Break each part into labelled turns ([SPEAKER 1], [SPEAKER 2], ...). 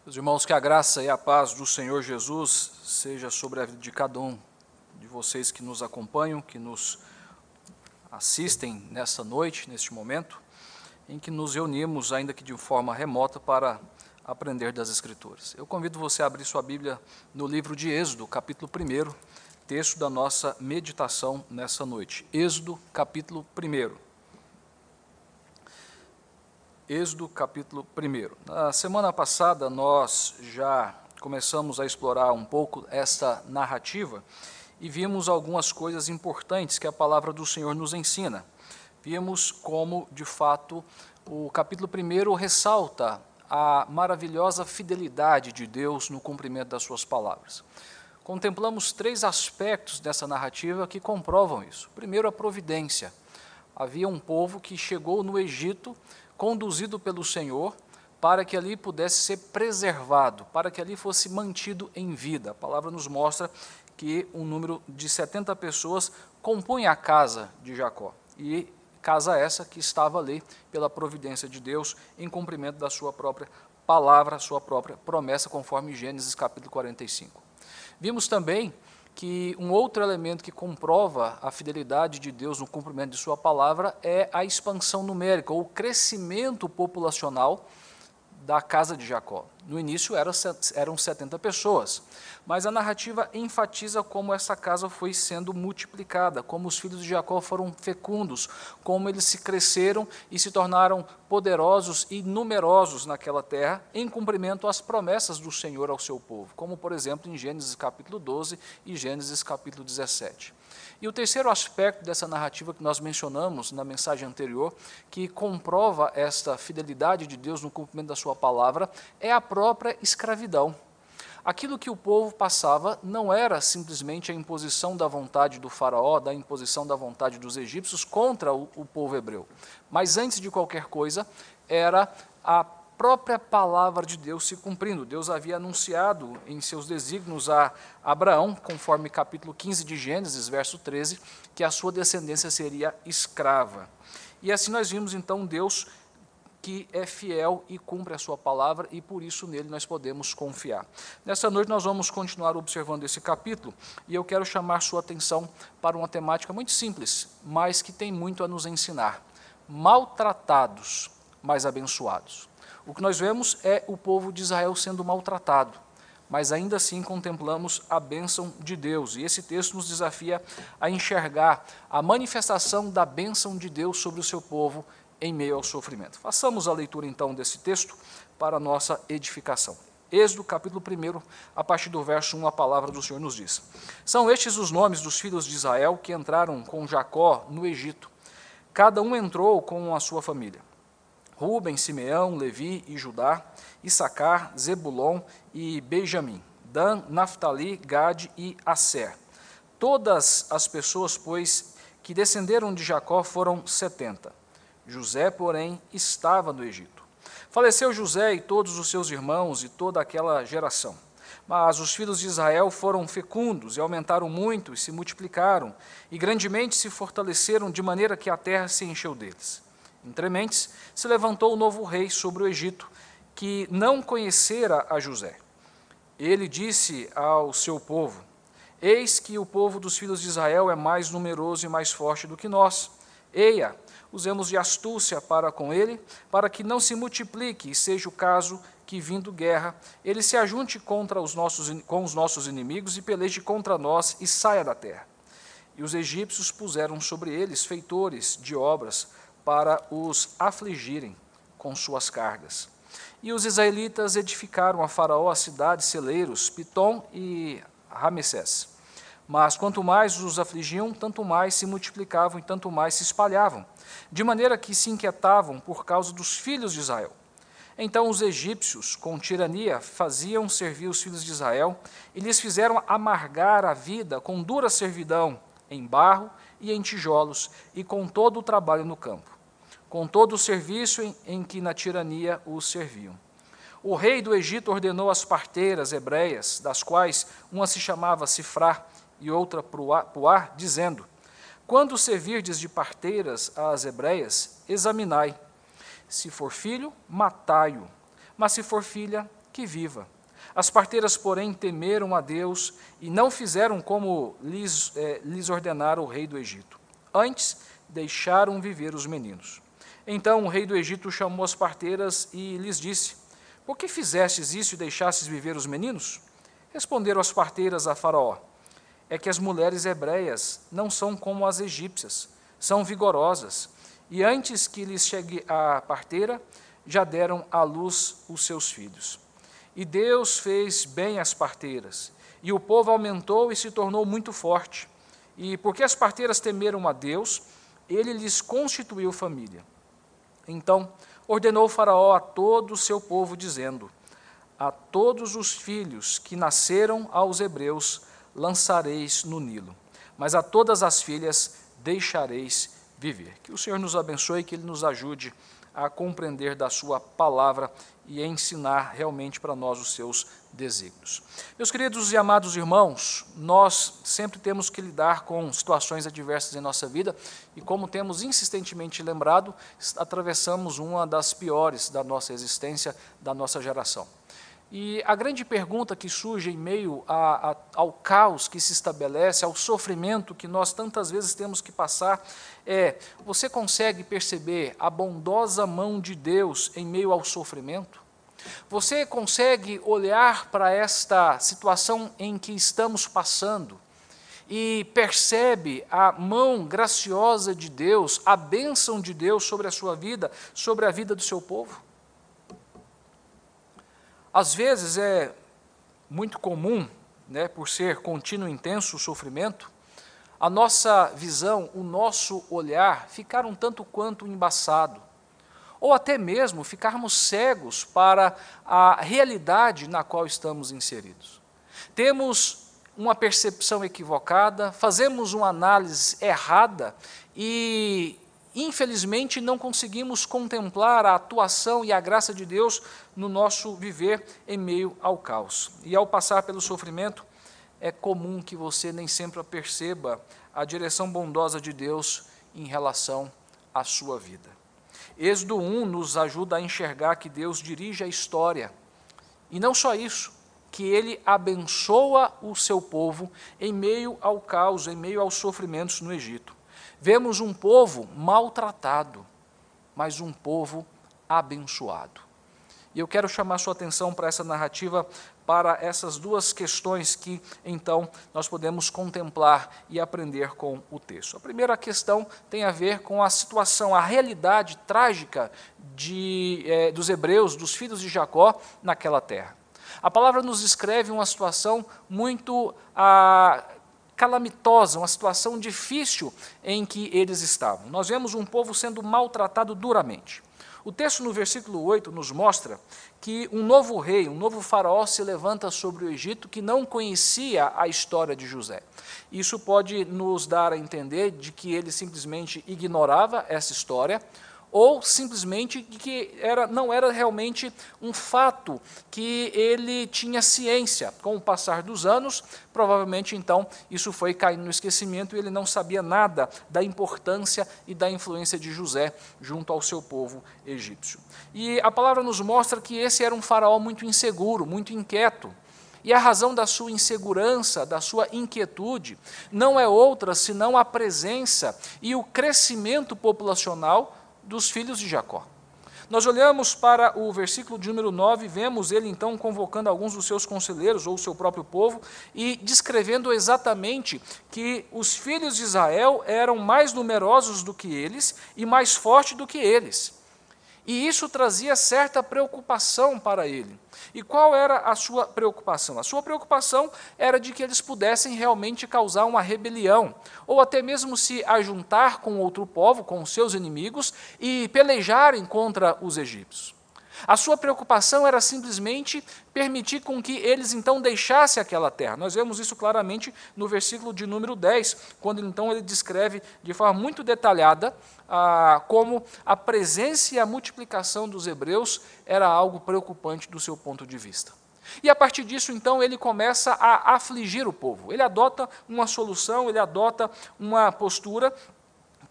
[SPEAKER 1] Meus irmãos, que a graça e a paz do Senhor Jesus seja sobre a vida de cada um de vocês que nos acompanham, que nos assistem nessa noite, neste momento, em que nos reunimos, ainda que de forma remota, para aprender das Escrituras. Eu convido você a abrir sua Bíblia no livro de Êxodo, capítulo 1, texto da nossa meditação nessa noite. Êxodo, capítulo 1. Êxodo, capítulo 1. Na semana passada, nós já começamos a explorar um pouco esta narrativa e vimos algumas coisas importantes que a palavra do Senhor nos ensina. Vimos como, de fato, o capítulo 1 ressalta a maravilhosa fidelidade de Deus no cumprimento das suas palavras. Contemplamos 3 aspectos dessa narrativa que comprovam isso. Primeiro, a providência. Havia um povo que chegou no Egito, conduzido pelo Senhor, para que ali pudesse ser preservado, para que ali fosse mantido em vida. A palavra nos mostra que um número de 70 pessoas compunha a casa de Jacó, e casa essa que estava ali pela providência de Deus, em cumprimento da sua própria palavra, sua própria promessa, conforme Gênesis capítulo 45. Vimos também que um outro elemento que comprova a fidelidade de Deus no cumprimento de sua palavra é a expansão numérica, ou o crescimento populacional da casa de Jacó. No início eram 70 pessoas, mas a narrativa enfatiza como essa casa foi sendo multiplicada, como os filhos de Jacó foram fecundos, como eles se cresceram e se tornaram poderosos e numerosos naquela terra, em cumprimento às promessas do Senhor ao seu povo, como por exemplo em Gênesis capítulo 12 e Gênesis capítulo 17. E o terceiro aspecto dessa narrativa que nós mencionamos na mensagem anterior, que comprova esta fidelidade de Deus no cumprimento da sua palavra, é a própria escravidão. Aquilo que o povo passava não era simplesmente a imposição da vontade do faraó, da imposição da vontade dos egípcios contra o povo hebreu, mas antes de qualquer coisa, era a própria palavra de Deus se cumprindo. Deus havia anunciado em seus desígnios a Abraão, conforme capítulo 15 de Gênesis, verso 13, que a sua descendência seria escrava. E assim nós vimos então Deus que é fiel e cumpre a sua palavra, e por isso nele nós podemos confiar. Nessa noite nós vamos continuar observando esse capítulo, e eu quero chamar sua atenção para uma temática muito simples, mas que tem muito a nos ensinar. Maltratados, mas abençoados. O que nós vemos é o povo de Israel sendo maltratado, mas ainda assim contemplamos a bênção de Deus. E esse texto nos desafia a enxergar a manifestação da bênção de Deus sobre o seu povo em meio ao sofrimento. Façamos a leitura então desse texto para a nossa edificação. Êxodo capítulo 1, a partir do verso 1, a palavra do Senhor nos diz: São estes os nomes dos filhos de Israel que entraram com Jacó no Egito. Cada um entrou com a sua família. Rúben, Simeão, Levi e Judá, Issacar, Zebulon e Benjamim, Dan, Naftali, Gade e Asser. Todas as pessoas, pois, que descenderam de Jacó foram 70. José, porém, estava no Egito. Faleceu José e todos os seus irmãos e toda aquela geração. Mas os filhos de Israel foram fecundos e aumentaram muito e se multiplicaram, e grandemente se fortaleceram, de maneira que a terra se encheu deles. Entre mentes, se levantou o novo rei sobre o Egito, que não conhecera a José. Ele disse ao seu povo: Eis que o povo dos filhos de Israel é mais numeroso e mais forte do que nós. Eia, usemos de astúcia para com ele, para que não se multiplique e seja o caso que, vindo guerra, ele se ajunte com os nossos inimigos e peleje contra nós e saia da terra. E os egípcios puseram sobre eles feitores de obras, para os afligirem com suas cargas. E os israelitas edificaram a Faraó a cidades celeiros, Pitom e Ramessés. Mas quanto mais os afligiam, tanto mais se multiplicavam e tanto mais se espalhavam, de maneira que se inquietavam por causa dos filhos de Israel. Então os egípcios, com tirania, faziam servir os filhos de Israel e lhes fizeram amargar a vida com dura servidão, em barro e em tijolos, e com todo o trabalho no campo, com todo o serviço em que na tirania os serviam. O rei do Egito ordenou às parteiras hebreias, das quais uma se chamava Sifrá e outra Puar, dizendo: Quando servirdes de parteiras às hebreias, examinai. Se for filho, matai-o, mas se for filha, que viva. As parteiras, porém, temeram a Deus e não fizeram como lhes ordenara o rei do Egito. Antes, deixaram viver os meninos. Então o rei do Egito chamou as parteiras e lhes disse: por que fizestes isso e deixastes viver os meninos? Responderam as parteiras a Faraó: é que as mulheres hebreias não são como as egípcias, são vigorosas, e antes que lhes chegue a parteira, já deram à luz os seus filhos. E Deus fez bem às parteiras, e o povo aumentou e se tornou muito forte. E porque as parteiras temeram a Deus, ele lhes constituiu família. Então ordenou Faraó a todo o seu povo, dizendo: a todos os filhos que nasceram aos hebreus lançareis no Nilo, mas a todas as filhas deixareis viver. Que o Senhor nos abençoe, que Ele nos ajude a compreender da sua palavra e a ensinar realmente para nós os seus desígnios. Meus queridos e amados irmãos, nós sempre temos que lidar com situações adversas em nossa vida e, como temos insistentemente lembrado, atravessamos uma das piores da nossa existência, da nossa geração. E a grande pergunta que surge em meio ao caos que se estabelece, ao sofrimento que nós tantas vezes temos que passar, é: você consegue perceber a bondosa mão de Deus em meio ao sofrimento? Você consegue olhar para esta situação em que estamos passando e percebe a mão graciosa de Deus, a bênção de Deus sobre a sua vida, sobre a vida do seu povo? Às vezes é muito comum, por ser contínuo e intenso o sofrimento, a nossa visão, o nosso olhar ficar um tanto quanto embaçado, ou até mesmo ficarmos cegos para a realidade na qual estamos inseridos. Temos uma percepção equivocada, fazemos uma análise errada e, infelizmente, não conseguimos contemplar a atuação e a graça de Deus no nosso viver em meio ao caos. E ao passar pelo sofrimento, é comum que você nem sempre perceba a direção bondosa de Deus em relação à sua vida. Êxodo 1 nos ajuda a enxergar que Deus dirige a história. E não só isso, que Ele abençoa o seu povo em meio ao caos, em meio aos sofrimentos no Egito. Vemos um povo maltratado, mas um povo abençoado. E eu quero chamar sua atenção para essa narrativa, para essas duas questões que, então, nós podemos contemplar e aprender com o texto. A primeira questão tem a ver com a situação, a realidade trágica dos hebreus, dos filhos de Jacó, naquela terra. A palavra nos descreve uma situação muito calamitosa, uma situação difícil em que eles estavam. Nós vemos um povo sendo maltratado duramente. O texto no versículo 8 nos mostra que um novo rei, um novo faraó se levanta sobre o Egito que não conhecia a história de José. Isso pode nos dar a entender de que ele simplesmente ignorava essa história, ou simplesmente que não era realmente um fato que ele tinha ciência. Com o passar dos anos, provavelmente então isso foi caindo no esquecimento e ele não sabia nada da importância e da influência de José junto ao seu povo egípcio. E a palavra nos mostra que esse era um faraó muito inseguro, muito inquieto. E a razão da sua insegurança, da sua inquietude, não é outra senão a presença e o crescimento populacional dos filhos de Jacó. Nós olhamos para o versículo de número 9, vemos ele então convocando alguns dos seus conselheiros, ou o seu próprio povo, e descrevendo exatamente que os filhos de Israel eram mais numerosos do que eles e mais fortes do que eles. E isso trazia certa preocupação para ele. E qual era a sua preocupação? A sua preocupação era de que eles pudessem realmente causar uma rebelião, ou até mesmo se ajuntar com outro povo, com os seus inimigos, e pelejarem contra os egípcios. A sua preocupação era simplesmente permitir com que eles então deixassem aquela terra. Nós vemos isso claramente no versículo de número 10, quando então ele descreve de forma muito detalhada como a presença e a multiplicação dos hebreus era algo preocupante do seu ponto de vista. E a partir disso, então, ele começa a afligir o povo. Ele adota uma solução, ele adota uma postura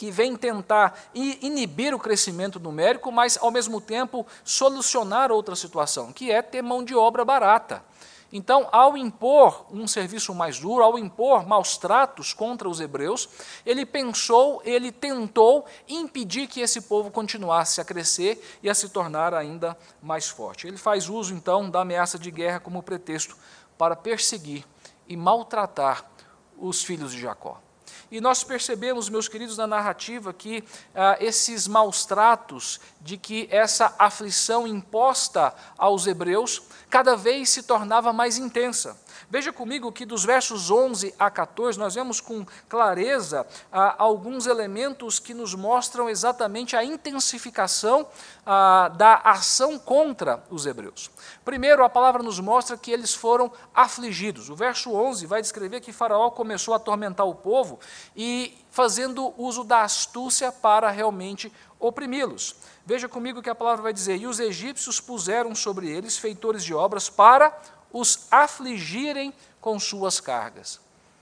[SPEAKER 1] que vem tentar inibir o crescimento numérico, mas, ao mesmo tempo, solucionar outra situação, que é ter mão de obra barata. Então, ao impor um serviço mais duro, ao impor maus tratos contra os hebreus, ele tentou impedir que esse povo continuasse a crescer e a se tornar ainda mais forte. Ele faz uso, então, da ameaça de guerra como pretexto para perseguir e maltratar os filhos de Jacó. E nós percebemos, meus queridos, na narrativa que esses maus tratos, de que essa aflição imposta aos hebreus, cada vez se tornava mais intensa. Veja comigo que dos versos 11 a 14, nós vemos com clareza alguns elementos que nos mostram exatamente a intensificação da ação contra os hebreus. Primeiro, a palavra nos mostra que eles foram afligidos. O verso 11 vai descrever que Faraó começou a atormentar o povo e fazendo uso da astúcia para realmente oprimi-los. Veja comigo que a palavra vai dizer: e os egípcios puseram sobre eles feitores de obras para os afligirem com suas cargas.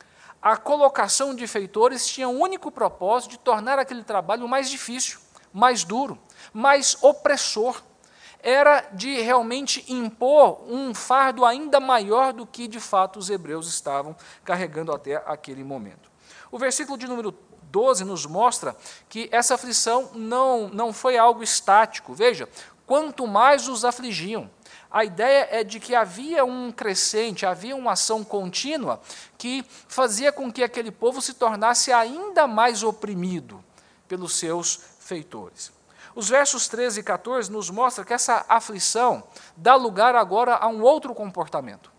[SPEAKER 1] A colocação de feitores tinha o único propósito de tornar aquele trabalho mais difícil, mais duro, mais opressor. Era de realmente impor um fardo ainda maior do que, de fato, os hebreus estavam carregando até aquele momento. O versículo de número 12 nos mostra que essa aflição não foi algo estático. Veja, quanto mais os afligiam, a ideia é de que havia um crescente, havia uma ação contínua que fazia com que aquele povo se tornasse ainda mais oprimido pelos seus feitores. Os versos 13 e 14 nos mostram que essa aflição dá lugar agora a um outro comportamento.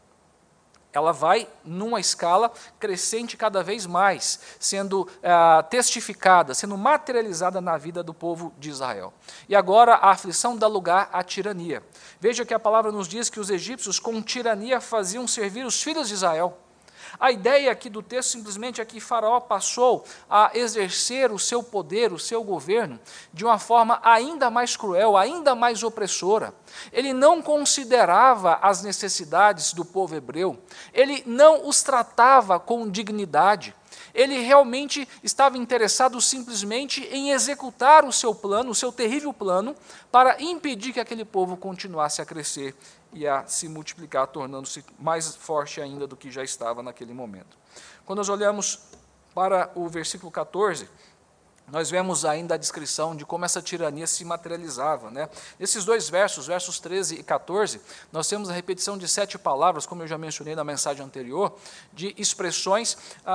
[SPEAKER 1] Ela vai numa escala crescente cada vez mais, sendo testificada, sendo materializada na vida do povo de Israel. E agora a aflição dá lugar à tirania. Veja que a palavra nos diz que os egípcios com tirania faziam servir os filhos de Israel. A ideia aqui do texto simplesmente é que Faraó passou a exercer o seu poder, o seu governo, de uma forma ainda mais cruel, ainda mais opressora. Ele não considerava as necessidades do povo hebreu, ele não os tratava com dignidade. Ele realmente estava interessado simplesmente em executar o seu plano, o seu terrível plano, para impedir que aquele povo continuasse a crescer e a se multiplicar, tornando-se mais forte ainda do que já estava naquele momento. Quando nós olhamos para o versículo 14, nós vemos ainda a descrição de como essa tirania se materializava, né? Nesses dois versos, versos 13 e 14, nós temos a repetição de 7 palavras, como eu já mencionei na mensagem anterior, de expressões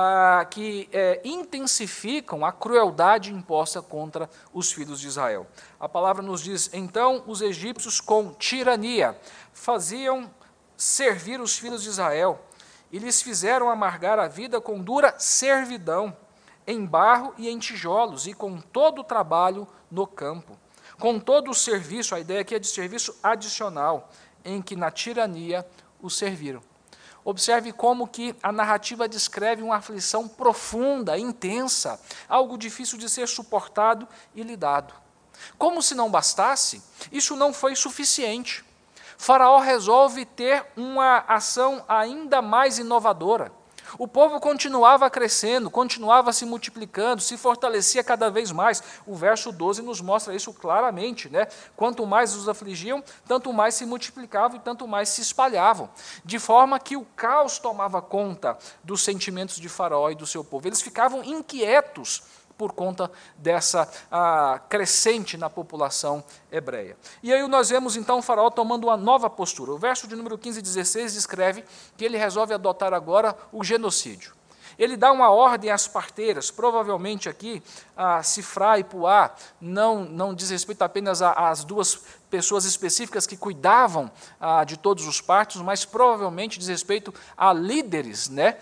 [SPEAKER 1] que intensificam a crueldade imposta contra os filhos de Israel. A palavra nos diz: então os egípcios com tirania faziam servir os filhos de Israel e lhes fizeram amargar a vida com dura servidão, em barro e em tijolos, e com todo o trabalho no campo, com todo o serviço, a ideia aqui é de serviço adicional, em que na tirania os serviram. Observe como que a narrativa descreve uma aflição profunda, intensa, algo difícil de ser suportado e lidado. Como se não bastasse, isso não foi suficiente. Faraó resolve ter uma ação ainda mais inovadora. O povo continuava crescendo, continuava se multiplicando, se fortalecia cada vez mais. O verso 12 nos mostra isso claramente, né? Quanto mais os afligiam, tanto mais se multiplicavam e tanto mais se espalhavam. De forma que o caos tomava conta dos sentimentos de Faraó e do seu povo. Eles ficavam inquietos por conta dessa crescente na população hebreia. E aí nós vemos então o Faraó tomando uma nova postura. O verso de número 15 e 16 descreve que ele resolve adotar agora o genocídio. Ele dá uma ordem às parteiras, provavelmente aqui, Sifrá e Puá, não diz respeito apenas às duas pessoas específicas que cuidavam de todos os partos, mas provavelmente diz respeito a líderes, né,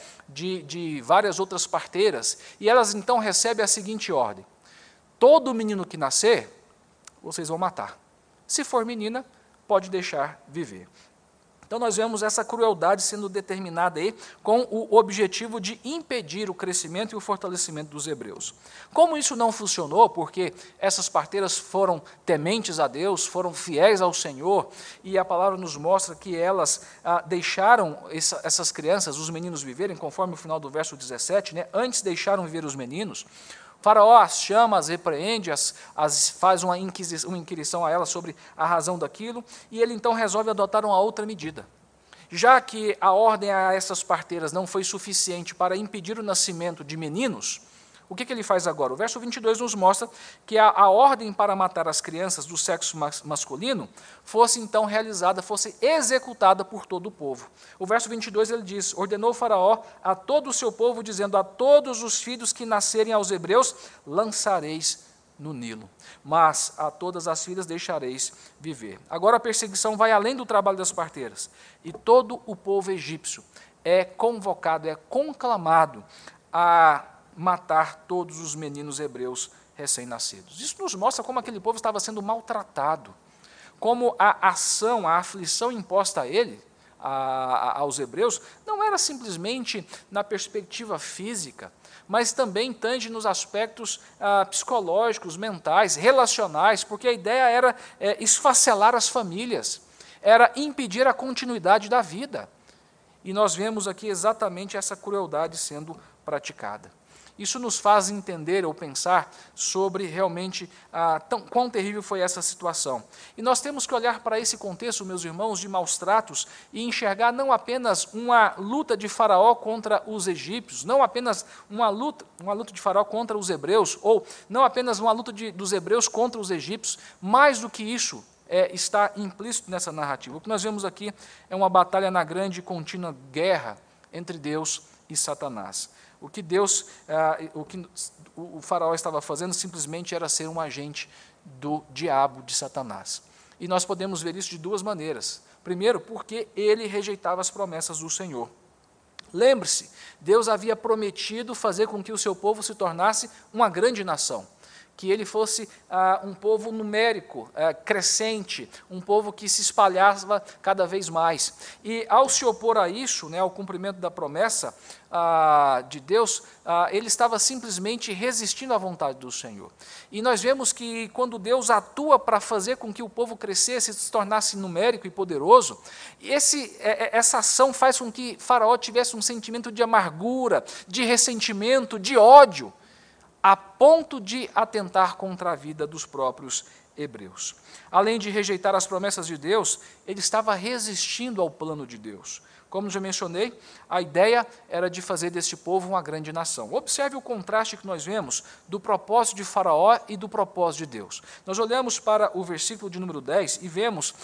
[SPEAKER 1] de várias outras parteiras. E elas então recebem a seguinte ordem: todo menino que nascer, vocês vão matar. Se for menina, pode deixar viver. Então nós vemos essa crueldade sendo determinada aí com o objetivo de impedir o crescimento e o fortalecimento dos hebreus. Como isso não funcionou, porque essas parteiras foram tementes a Deus, foram fiéis ao Senhor, e a palavra nos mostra que elas deixaram essas crianças, os meninos viverem, conforme o final do verso 17, né? Antes deixaram viver os meninos, Faraó as chama, as repreende, faz uma inquisição a elas sobre a razão daquilo, e ele então resolve adotar uma outra medida. Já que a ordem a essas parteiras não foi suficiente para impedir o nascimento de meninos, o que ele faz agora? O verso 22 nos mostra que a ordem para matar as crianças do sexo masculino fosse então realizada, fosse executada por todo o povo. O verso 22 ele diz: ordenou o Faraó a todo o seu povo, dizendo: a todos os filhos que nascerem aos hebreus lançareis no Nilo, mas a todas as filhas deixareis viver. Agora a perseguição vai além do trabalho das parteiras, e todo o povo egípcio é convocado, é conclamado a matar todos os meninos hebreus recém-nascidos. Isso nos mostra como aquele povo estava sendo maltratado, como a ação, a aflição imposta a ele, aos hebreus, não era simplesmente na perspectiva física, mas também tange nos aspectos psicológicos, mentais, relacionais, porque a ideia era esfacelar as famílias, era impedir a continuidade da vida. E nós vemos aqui exatamente essa crueldade sendo praticada. Isso nos faz entender ou pensar sobre realmente quão terrível foi essa situação. E nós temos que olhar para esse contexto, meus irmãos, de maus tratos e enxergar não apenas uma luta de Faraó contra os egípcios, não apenas uma luta de Faraó contra os hebreus, ou não apenas uma luta dos hebreus contra os egípcios, mais do que isso está implícito nessa narrativa. O que nós vemos aqui é uma batalha na grande e contínua guerra entre Deus e Satanás. O que o Faraó estava fazendo simplesmente era ser um agente do diabo, de Satanás. E nós podemos ver isso de duas maneiras. Primeiro, porque ele rejeitava as promessas do Senhor. Lembre-se, Deus havia prometido fazer com que o seu povo se tornasse uma grande nação, que ele fosse um povo numérico, crescente, um povo que se espalhava cada vez mais. E ao se opor a isso, ao cumprimento da promessa de Deus, ele estava simplesmente resistindo à vontade do Senhor. E nós vemos que quando Deus atua para fazer com que o povo crescesse, se tornasse numérico e poderoso, essa ação faz com que Faraó tivesse um sentimento de amargura, de ressentimento, de ódio, a ponto de atentar contra a vida dos próprios hebreus. Além de rejeitar as promessas de Deus, ele estava resistindo ao plano de Deus. Como já mencionei, a ideia era de fazer deste povo uma grande nação. Observe o contraste que nós vemos do propósito de Faraó e do propósito de Deus. Nós olhamos para o versículo de número 10 e vemos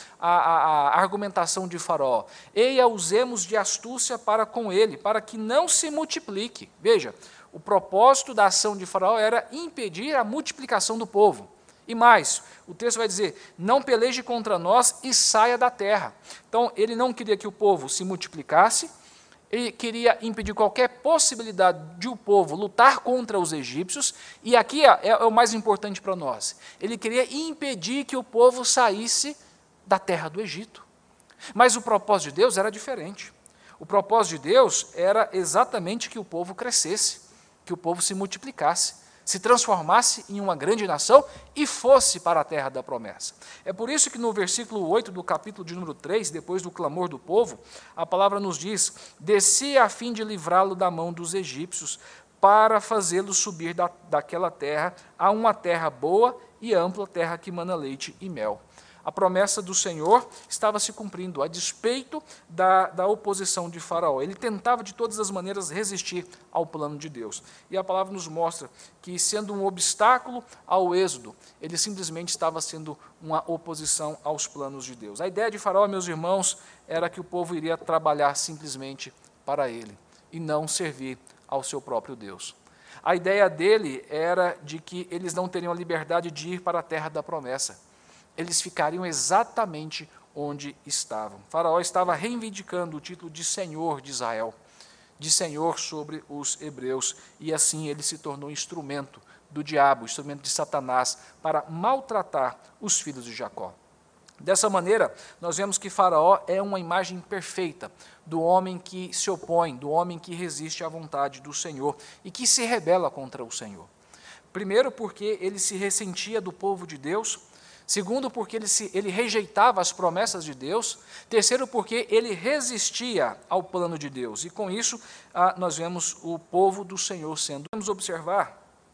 [SPEAKER 1] a argumentação de Faraó. Eia, usemos de astúcia para com ele, para que não se multiplique. Veja, o propósito da ação de Faraó era impedir a multiplicação do povo. E mais, o texto vai dizer: não peleje contra nós e saia da terra. Então, ele não queria que o povo se multiplicasse, ele queria impedir qualquer possibilidade de o povo lutar contra os egípcios, e aqui é o mais importante para nós: ele queria impedir que o povo saísse da terra do Egito. Mas o propósito de Deus era diferente. O propósito de Deus era exatamente que o povo crescesse, que o povo se multiplicasse, se transformasse em uma grande nação e fosse para a terra da promessa. É por isso que no versículo 8 do capítulo de número 3, depois do clamor do povo, a palavra nos diz: desci a fim de livrá-lo da mão dos egípcios, para fazê-lo subir daquela terra a uma terra boa e ampla, terra que mana leite e mel. A promessa do Senhor estava se cumprindo, a despeito da oposição de Faraó. Ele tentava de todas as maneiras resistir ao plano de Deus. E a palavra nos mostra que, sendo um obstáculo ao êxodo, ele simplesmente estava sendo uma oposição aos planos de Deus. A ideia de Faraó, meus irmãos, era que o povo iria trabalhar simplesmente para ele e não servir ao seu próprio Deus. A ideia dele era de que eles não teriam a liberdade de ir para a terra da promessa. Eles ficariam exatamente onde estavam. Faraó estava reivindicando o título de Senhor de Israel, de Senhor sobre os hebreus, e assim ele se tornou instrumento do diabo, instrumento de Satanás, para maltratar os filhos de Jacó. Dessa maneira, nós vemos que Faraó é uma imagem perfeita do homem que se opõe, do homem que resiste à vontade do Senhor e que se rebela contra o Senhor. Primeiro, porque ele se ressentia do povo de Deus. Segundo, porque ele rejeitava as promessas de Deus. Terceiro, porque ele resistia ao plano de Deus. E com isso, nós vemos o povo do Senhor sendo. Vamos observar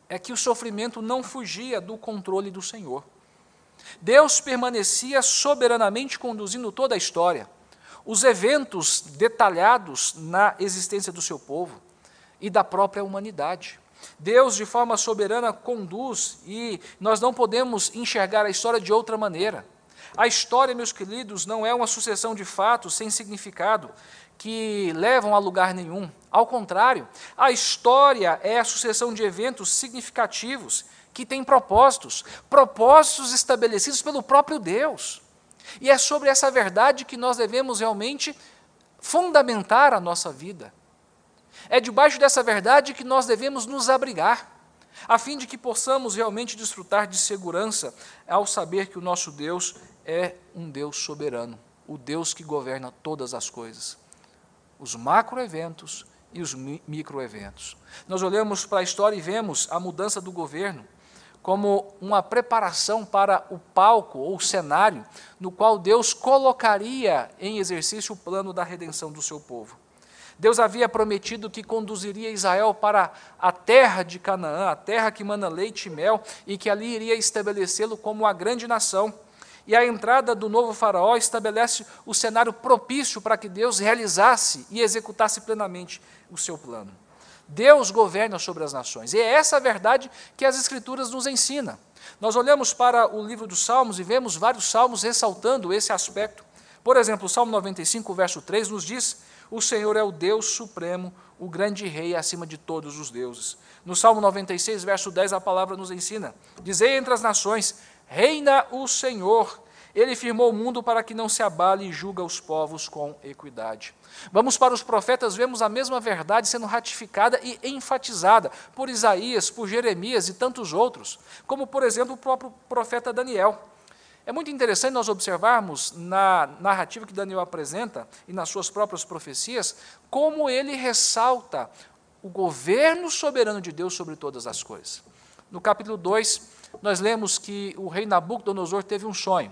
[SPEAKER 1] é que o sofrimento não fugia do controle do Senhor. Deus permanecia soberanamente conduzindo toda a história, os eventos detalhados na existência do seu povo e da própria humanidade. Deus, de forma soberana, conduz e nós não podemos enxergar a história de outra maneira. A história, meus queridos, não é uma sucessão de fatos sem significado que levam a lugar nenhum. Ao contrário, a história é a sucessão de eventos significativos que têm propósitos estabelecidos pelo próprio Deus. E é sobre essa verdade que nós devemos realmente fundamentar a nossa vida. É debaixo dessa verdade que nós devemos nos abrigar, a fim de que possamos realmente desfrutar de segurança ao saber que o nosso Deus é um Deus soberano, o Deus que governa todas as coisas, os macroeventos e os microeventos. Nós olhamos para a história e vemos a mudança do governo como uma preparação para o palco ou o cenário no qual Deus colocaria em exercício o plano da redenção do seu povo. Deus havia prometido que conduziria Israel para a terra de Canaã, a terra que mana leite e mel, e que ali iria estabelecê-lo como uma grande nação. E a entrada do novo faraó estabelece o cenário propício para que Deus realizasse e executasse plenamente o seu plano. Deus governa sobre as nações, e é essa a verdade que as Escrituras nos ensinam. Nós olhamos para o livro dos Salmos e vemos vários salmos ressaltando esse aspecto. Por exemplo, o Salmo 95, verso 3, nos diz: o Senhor é o Deus supremo, o grande rei acima de todos os deuses. No Salmo 96, verso 10, a palavra nos ensina: dizei entre as nações, reina o Senhor, ele firmou o mundo para que não se abale e julga os povos com equidade. Vamos para os profetas, vemos a mesma verdade sendo ratificada e enfatizada por Isaías, por Jeremias e tantos outros, como por exemplo o próprio profeta Daniel. É muito interessante nós observarmos na narrativa que Daniel apresenta e nas suas próprias profecias, como ele ressalta o governo soberano de Deus sobre todas as coisas. No capítulo 2, nós lemos que o rei Nabucodonosor teve um sonho.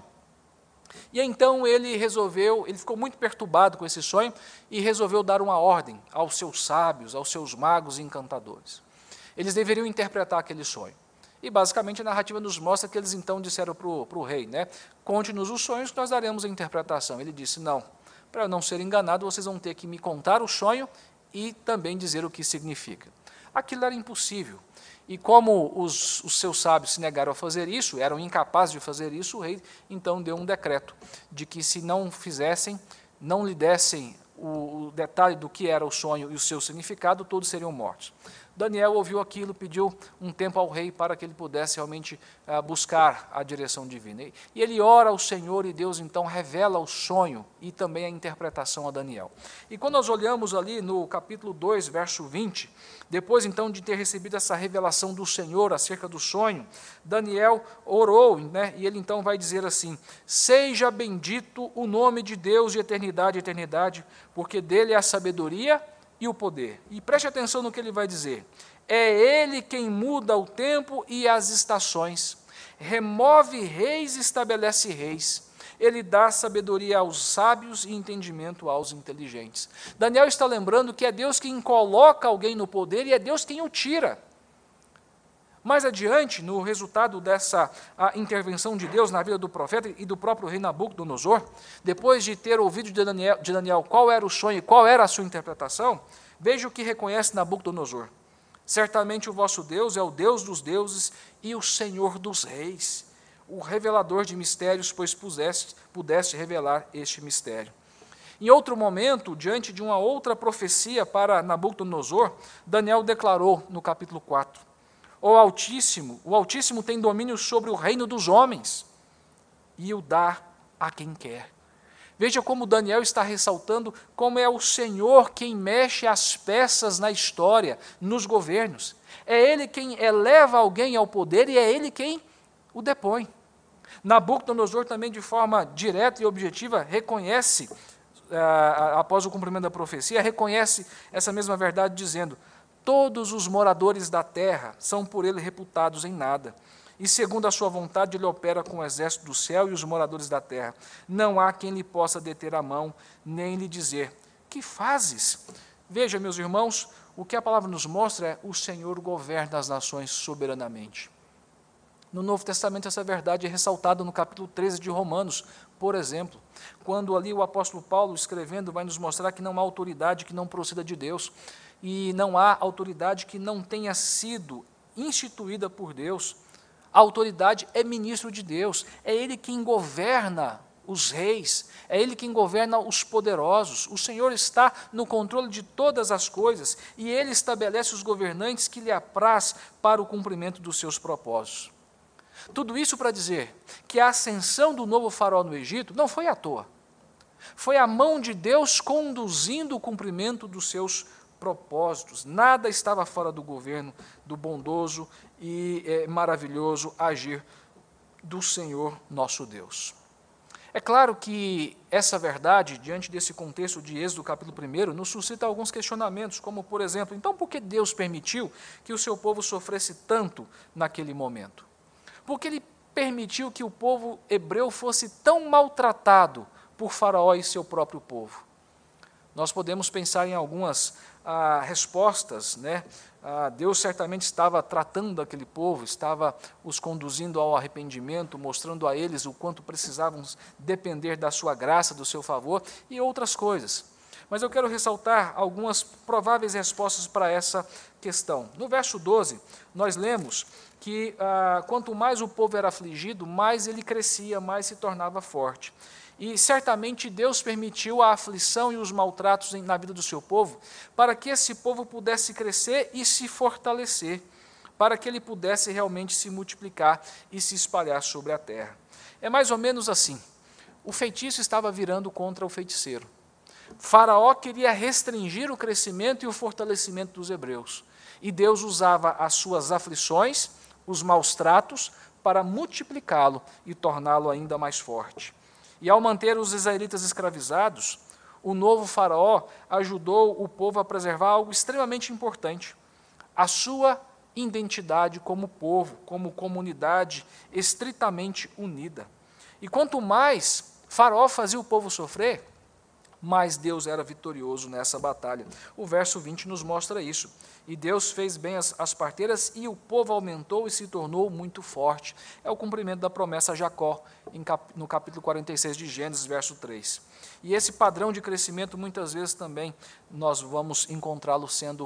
[SPEAKER 1] E então ele ficou muito perturbado com esse sonho e resolveu dar uma ordem aos seus sábios, aos seus magos e encantadores. Eles deveriam interpretar aquele sonho. E basicamente a narrativa nos mostra que eles então disseram para o rei, conte-nos os sonhos que nós daremos a interpretação. Ele disse: não, para não ser enganado, vocês vão ter que me contar o sonho e também dizer o que significa. Aquilo era impossível. E como os seus sábios se negaram a fazer isso, eram incapazes de fazer isso, o rei então deu um decreto de que se não fizessem, não lhe dessem o detalhe do que era o sonho e o seu significado, todos seriam mortos. Daniel ouviu aquilo, pediu um tempo ao rei para que ele pudesse realmente buscar a direção divina. E ele ora ao Senhor e Deus então revela o sonho e também a interpretação a Daniel. E quando nós olhamos ali no capítulo 2, verso 20, depois então de ter recebido essa revelação do Senhor acerca do sonho, Daniel orou, e ele então vai dizer assim: seja bendito o nome de Deus de eternidade a eternidade, porque dele é a sabedoria e o poder. E preste atenção no que ele vai dizer: é ele quem muda o tempo e as estações, remove reis e estabelece reis, ele dá sabedoria aos sábios e entendimento aos inteligentes. Daniel está lembrando que é Deus quem coloca alguém no poder e é Deus quem o tira. Mais adiante, no resultado dessa intervenção de Deus na vida do profeta e do próprio rei Nabucodonosor, depois de ter ouvido de Daniel qual era o sonho e qual era a sua interpretação, veja o que reconhece Nabucodonosor: certamente o vosso Deus é o Deus dos deuses e o Senhor dos reis, o revelador de mistérios, pois pudeste revelar este mistério. Em outro momento, diante de uma outra profecia para Nabucodonosor, Daniel declarou no capítulo 4, o Altíssimo tem domínio sobre o reino dos homens e o dá a quem quer. Veja como Daniel está ressaltando como é o Senhor quem mexe as peças na história, nos governos. É Ele quem eleva alguém ao poder e é Ele quem o depõe. Nabucodonosor também, de forma direta e objetiva, reconhece, após o cumprimento da profecia, reconhece essa mesma verdade dizendo: todos os moradores da terra são por ele reputados em nada. E segundo a sua vontade, ele opera com o exército do céu e os moradores da terra. Não há quem lhe possa deter a mão, nem lhe dizer: que fazes? Veja, meus irmãos, o que a palavra nos mostra é o Senhor governa as nações soberanamente. No Novo Testamento, essa verdade é ressaltada no capítulo 13 de Romanos, por exemplo, quando ali o apóstolo Paulo, escrevendo, vai nos mostrar que não há autoridade que não proceda de Deus, e não há autoridade que não tenha sido instituída por Deus. A autoridade é ministro de Deus, é Ele quem governa os reis, é Ele quem governa os poderosos. O Senhor está no controle de todas as coisas, e Ele estabelece os governantes que lhe apraz para o cumprimento dos seus propósitos. Tudo isso para dizer que a ascensão do novo faraó no Egito não foi à toa. Foi a mão de Deus conduzindo o cumprimento dos seus propósitos. Nada estava fora do governo do bondoso e maravilhoso agir do Senhor nosso Deus. É claro que essa verdade, diante desse contexto de Êxodo capítulo 1, nos suscita alguns questionamentos, como, por exemplo, então por que Deus permitiu que o seu povo sofresse tanto naquele momento? Por que Ele permitiu que o povo hebreu fosse tão maltratado por Faraó e seu próprio povo? Nós podemos pensar em algumas respostas, né? Deus certamente estava tratando aquele povo, estava os conduzindo ao arrependimento, mostrando a eles o quanto precisavam depender da sua graça, do seu favor e outras coisas. Mas eu quero ressaltar algumas prováveis respostas para essa questão. No verso 12, nós lemos que quanto mais o povo era afligido, mais ele crescia, mais se tornava forte. E certamente Deus permitiu a aflição e os maltratos na vida do seu povo, para que esse povo pudesse crescer e se fortalecer, para que ele pudesse realmente se multiplicar e se espalhar sobre a terra. É mais ou menos assim. O feitiço estava virando contra o feiticeiro. Faraó queria restringir o crescimento e o fortalecimento dos hebreus. E Deus usava as suas aflições, os maus tratos, para multiplicá-lo e torná-lo ainda mais forte. E ao manter os israelitas escravizados, o novo faraó ajudou o povo a preservar algo extremamente importante: a sua identidade como povo, como comunidade estritamente unida. E quanto mais Faraó fazia o povo sofrer, mais Deus era vitorioso nessa batalha. O verso 20 nos mostra isso. E Deus fez bem as parteiras, e o povo aumentou e se tornou muito forte. É o cumprimento da promessa a Jacó, no capítulo 46 de Gênesis, verso 3. E esse padrão de crescimento, muitas vezes também, nós vamos encontrá-lo sendo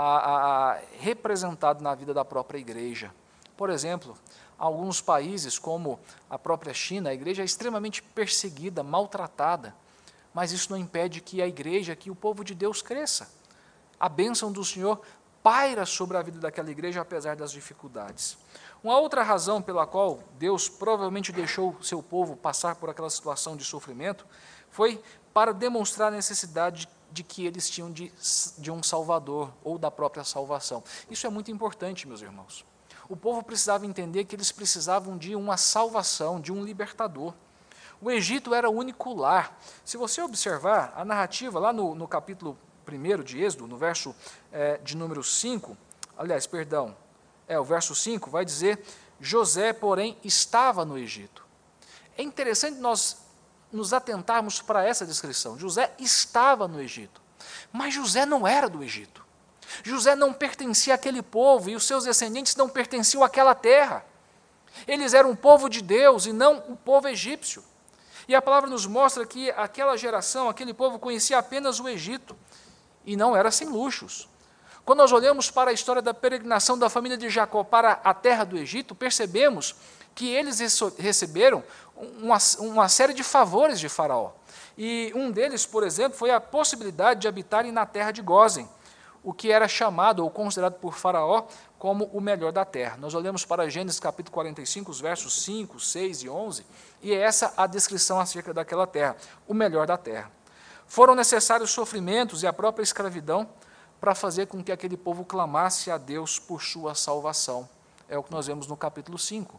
[SPEAKER 1] representado na vida da própria igreja. Por exemplo, alguns países, como a própria China, a igreja é extremamente perseguida, maltratada, mas isso não impede que a igreja, que o povo de Deus cresça. A bênção do Senhor paira sobre a vida daquela igreja, apesar das dificuldades. Uma outra razão pela qual Deus provavelmente deixou seu povo passar por aquela situação de sofrimento foi para demonstrar a necessidade de que eles tinham de um Salvador, ou da própria salvação. Isso é muito importante, meus irmãos. O povo precisava entender que eles precisavam de uma salvação, de um libertador. O Egito era o único lar. Se você observar a narrativa lá no capítulo 1 de Êxodo, no verso de número 5, aliás, perdão, o verso 5 vai dizer: José, porém, estava no Egito. É interessante nós nos atentarmos para essa descrição. José estava no Egito, mas José não era do Egito. José não pertencia àquele povo, e os seus descendentes não pertenciam àquela terra. Eles eram um povo de Deus e não o povo egípcio. E a palavra nos mostra que aquela geração, aquele povo, conhecia apenas o Egito, e não era sem luxos. Quando nós olhamos para a história da peregrinação da família de Jacó para a terra do Egito, percebemos que eles receberam uma série de favores de Faraó. E um deles, por exemplo, foi a possibilidade de habitarem na terra de Gósen, o que era chamado ou considerado por Faraó como o melhor da terra. Nós olhamos para Gênesis capítulo 45, os versos 5, 6 e 11, e é essa a descrição acerca daquela terra, o melhor da terra. Foram necessários sofrimentos e a própria escravidão para fazer com que aquele povo clamasse a Deus por sua salvação. É o que nós vemos no capítulo 5.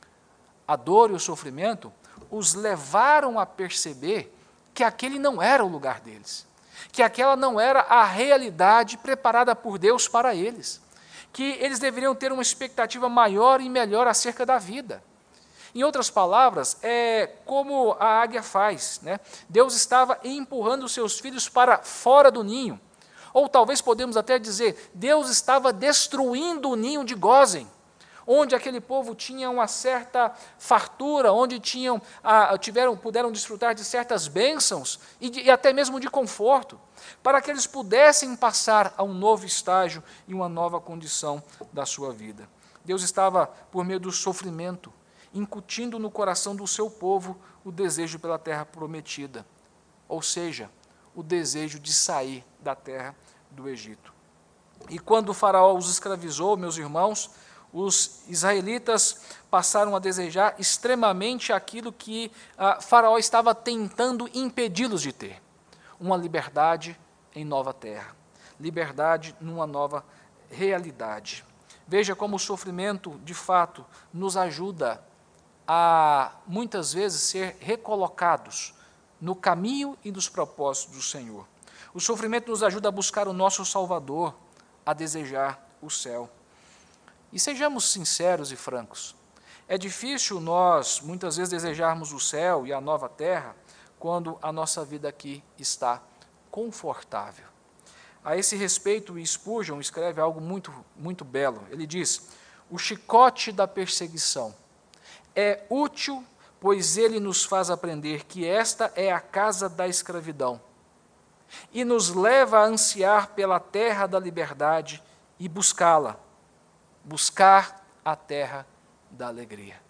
[SPEAKER 1] A dor e o sofrimento os levaram a perceber que aquele não era o lugar deles, que aquela não era a realidade preparada por Deus para eles, que eles deveriam ter uma expectativa maior e melhor acerca da vida. Em outras palavras, é como a águia faz, né? Deus estava empurrando os seus filhos para fora do ninho, Ou talvez podemos até dizer, Deus estava destruindo o ninho de Gósen, onde aquele povo tinha uma certa fartura, onde puderam desfrutar de certas bênçãos e até mesmo de conforto, para que eles pudessem passar a um novo estágio e uma nova condição da sua vida. Deus estava, por meio do sofrimento, incutindo no coração do seu povo o desejo pela terra prometida, ou seja, o desejo de sair da terra do Egito. E quando o faraó os escravizou, meus irmãos, os israelitas passaram a desejar extremamente aquilo que faraó estava tentando impedi-los de ter, uma liberdade em nova terra, liberdade numa nova realidade. Veja como o sofrimento, de fato, nos ajuda a, muitas vezes, ser recolocados no caminho e nos propósitos do Senhor. O sofrimento nos ajuda a buscar o nosso Salvador, a desejar o céu. E sejamos sinceros e francos, é difícil nós, muitas vezes, desejarmos o céu e a nova terra, quando a nossa vida aqui está confortável. A esse respeito, Spurgeon escreve algo muito, muito belo. Ele diz, o chicote da perseguição é útil, pois ele nos faz aprender que esta é a casa da escravidão e nos leva a ansiar pela terra da liberdade e buscá-la, buscar a terra da alegria.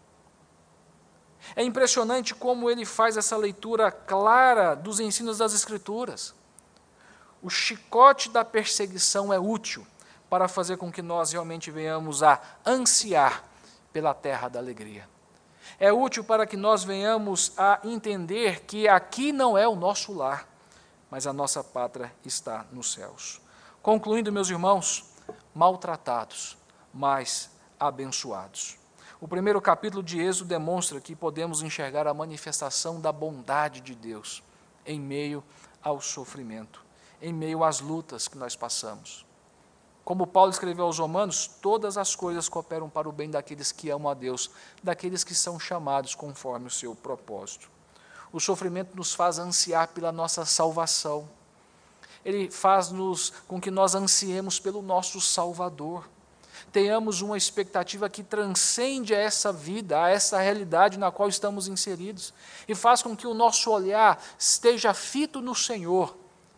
[SPEAKER 1] É impressionante como ele faz essa leitura clara dos ensinos das Escrituras. O chicote da perseguição é útil para fazer com que nós realmente venhamos a ansiar pela terra da alegria. É útil para que nós venhamos a entender que aqui não é o nosso lar, mas a nossa pátria está nos céus. Concluindo, meus irmãos, maltratados, mas abençoados. O primeiro capítulo de Êxodo demonstra que podemos enxergar a manifestação da bondade de Deus em meio ao sofrimento, em meio às lutas que nós passamos. Como Paulo escreveu aos Romanos, todas as coisas cooperam para o bem daqueles que amam a Deus, daqueles que são chamados conforme o seu propósito. O sofrimento nos faz ansiar pela nossa salvação. Ele faz com que nós ansiemos pelo nosso Salvador. Tenhamos uma expectativa que transcende a essa vida, a essa realidade na qual estamos inseridos, e faz com que o nosso olhar esteja fito no Senhor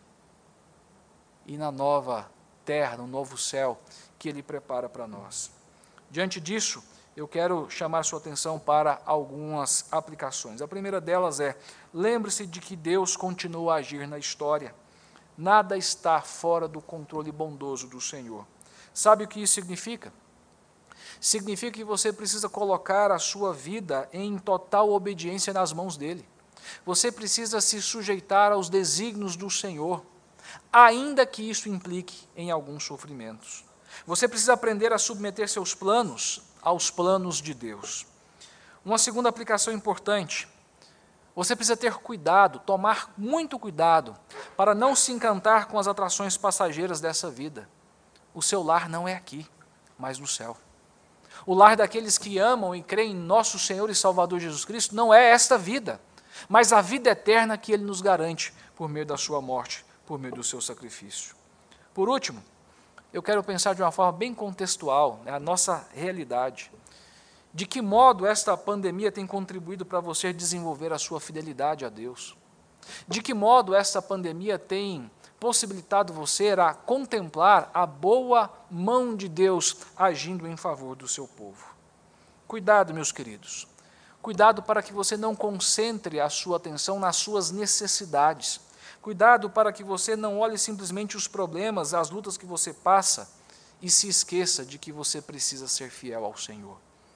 [SPEAKER 1] e na nova terra, no novo céu que Ele prepara para nós. Diante disso, eu quero chamar sua atenção para algumas aplicações. A primeira delas é, lembre-se de que Deus continua a agir na história. Nada está fora do controle bondoso do Senhor. Sabe o que isso significa? Significa que você precisa colocar a sua vida em total obediência nas mãos dEle. Você precisa se sujeitar aos desígnios do Senhor, ainda que isso implique em alguns sofrimentos. Você precisa aprender a submeter seus planos aos planos de Deus. Uma segunda aplicação importante, você precisa ter cuidado, tomar muito cuidado, para não se encantar com as atrações passageiras dessa vida. O seu lar não é aqui, mas no céu. O lar daqueles que amam e creem em nosso Senhor e Salvador Jesus Cristo não é esta vida, mas a vida eterna que Ele nos garante por meio da sua morte, por meio do seu sacrifício. Por último, eu quero pensar de uma forma bem contextual, a nossa realidade. De que modo esta pandemia tem contribuído para você desenvolver a sua fidelidade a Deus? De que modo esta pandemia tem possibilitado você a contemplar a boa mão de Deus agindo em favor do seu povo? Cuidado, meus queridos. Cuidado para que você não concentre a sua atenção nas suas necessidades. Cuidado para que você não olhe simplesmente os problemas, as lutas que você passa e se esqueça de que você precisa ser fiel ao Senhor.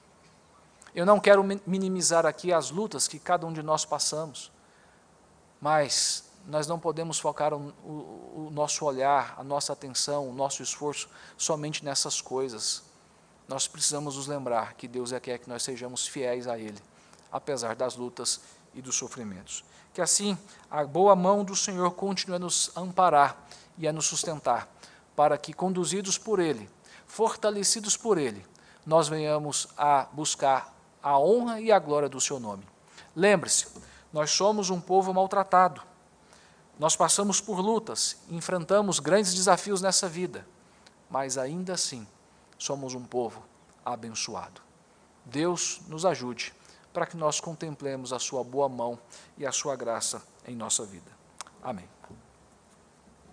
[SPEAKER 1] Eu não quero minimizar aqui as lutas que cada um de nós passamos, mas nós não podemos focar o nosso olhar, a nossa atenção, o nosso esforço somente nessas coisas. Nós precisamos nos lembrar que Deus quer que nós sejamos fiéis a Ele, apesar das lutas e dos sofrimentos. Que assim a boa mão do Senhor continue a nos amparar e a nos sustentar, para que, conduzidos por Ele, fortalecidos por Ele, nós venhamos a buscar a honra e a glória do seu nome. Lembre-se, nós somos um povo maltratado, Nós passamos por lutas, enfrentamos grandes desafios nessa vida, mas ainda assim somos um povo abençoado. Deus nos ajude para que nós contemplemos a sua boa mão e a sua graça em nossa vida. Amém.